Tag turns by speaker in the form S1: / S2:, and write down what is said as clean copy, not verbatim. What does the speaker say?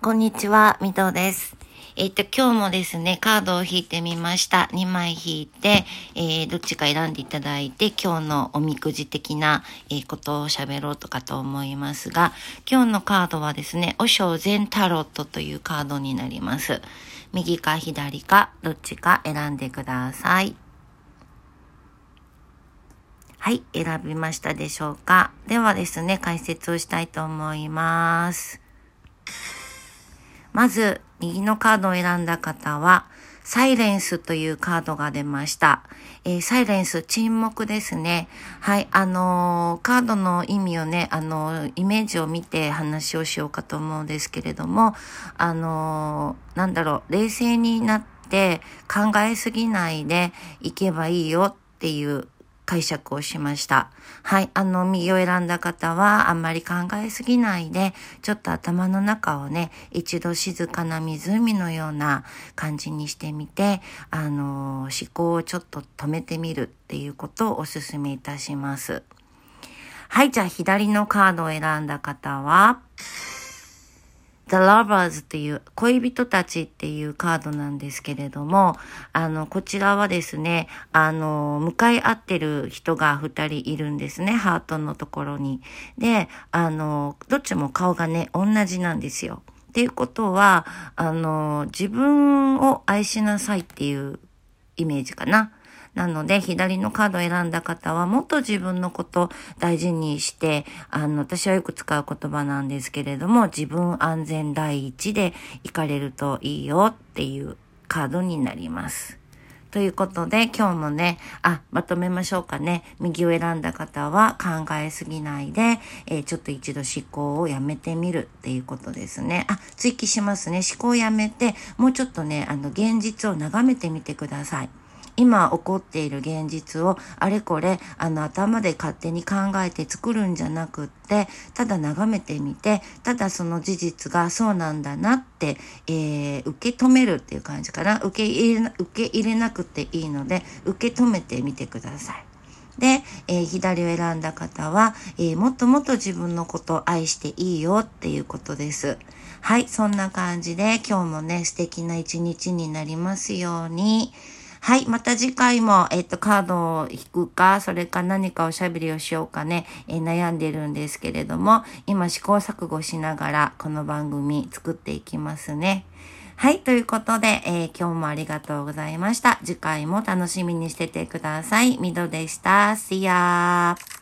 S1: こんにちは、みどです。今日もですね、カードを引いてみました。2枚引いて、どっちか選んでいただいて、今日のおみくじ的な、ことを喋ろうとかと思いますが、今日のカードはですね、和尚禅タロットというカードになります。右か左か、どっちか選んでください。はい、選びましたでしょうか。ではですね、解説をしたいと思います。まず、右のカードを選んだ方は、サイレンスというカードが出ました。サイレンス、沈黙ですね。はい、カードの意味をね、イメージを見て話をしようかと思うんですけれども、冷静になって考えすぎないでいけばいいよっていう解釈をしました。はい。右を選んだ方は、あんまり考えすぎないで、ちょっと頭の中をね、一度静かな湖のような感じにしてみて、思考をちょっと止めてみるっていうことをお勧めいたします。はい。じゃあ、左のカードを選んだ方は、The Lovers っていう恋人たちっていうカードなんですけれども、こちらはですね、向かい合ってる人が2人いるんですね、ハートのところに。で、どっちも顔がね、同じなんですよ。っていうことは、自分を愛しなさいっていうイメージかな。なので、左のカードを選んだ方は、もっと自分のことを大事にして、私はよく使う言葉なんですけれども、自分安全第一で行かれるといいよっていうカードになります。ということで、今日もね、まとめましょうかね。右を選んだ方は考えすぎないで、ちょっと一度思考をやめてみるっていうことですね。追記しますね。思考をやめて、もうちょっとね、現実を眺めてみてください。今起こっている現実をあれこれ頭で勝手に考えて作るんじゃなくって、ただ眺めてみて、ただその事実がそうなんだなって、受け止めるっていう感じかな。受け入れなくていいので受け止めてみてください。で、左を選んだ方は、もっともっと自分のことを愛していいよっていうことです。はい、そんな感じで今日もね、素敵な一日になりますように。はい。また次回も、カードを引くか、それか何かおしゃべりをしようかね、悩んでるんですけれども、今試行錯誤しながら、この番組作っていきますね。はい。ということで、今日もありがとうございました。次回も楽しみにしててください。みどでした。See ya!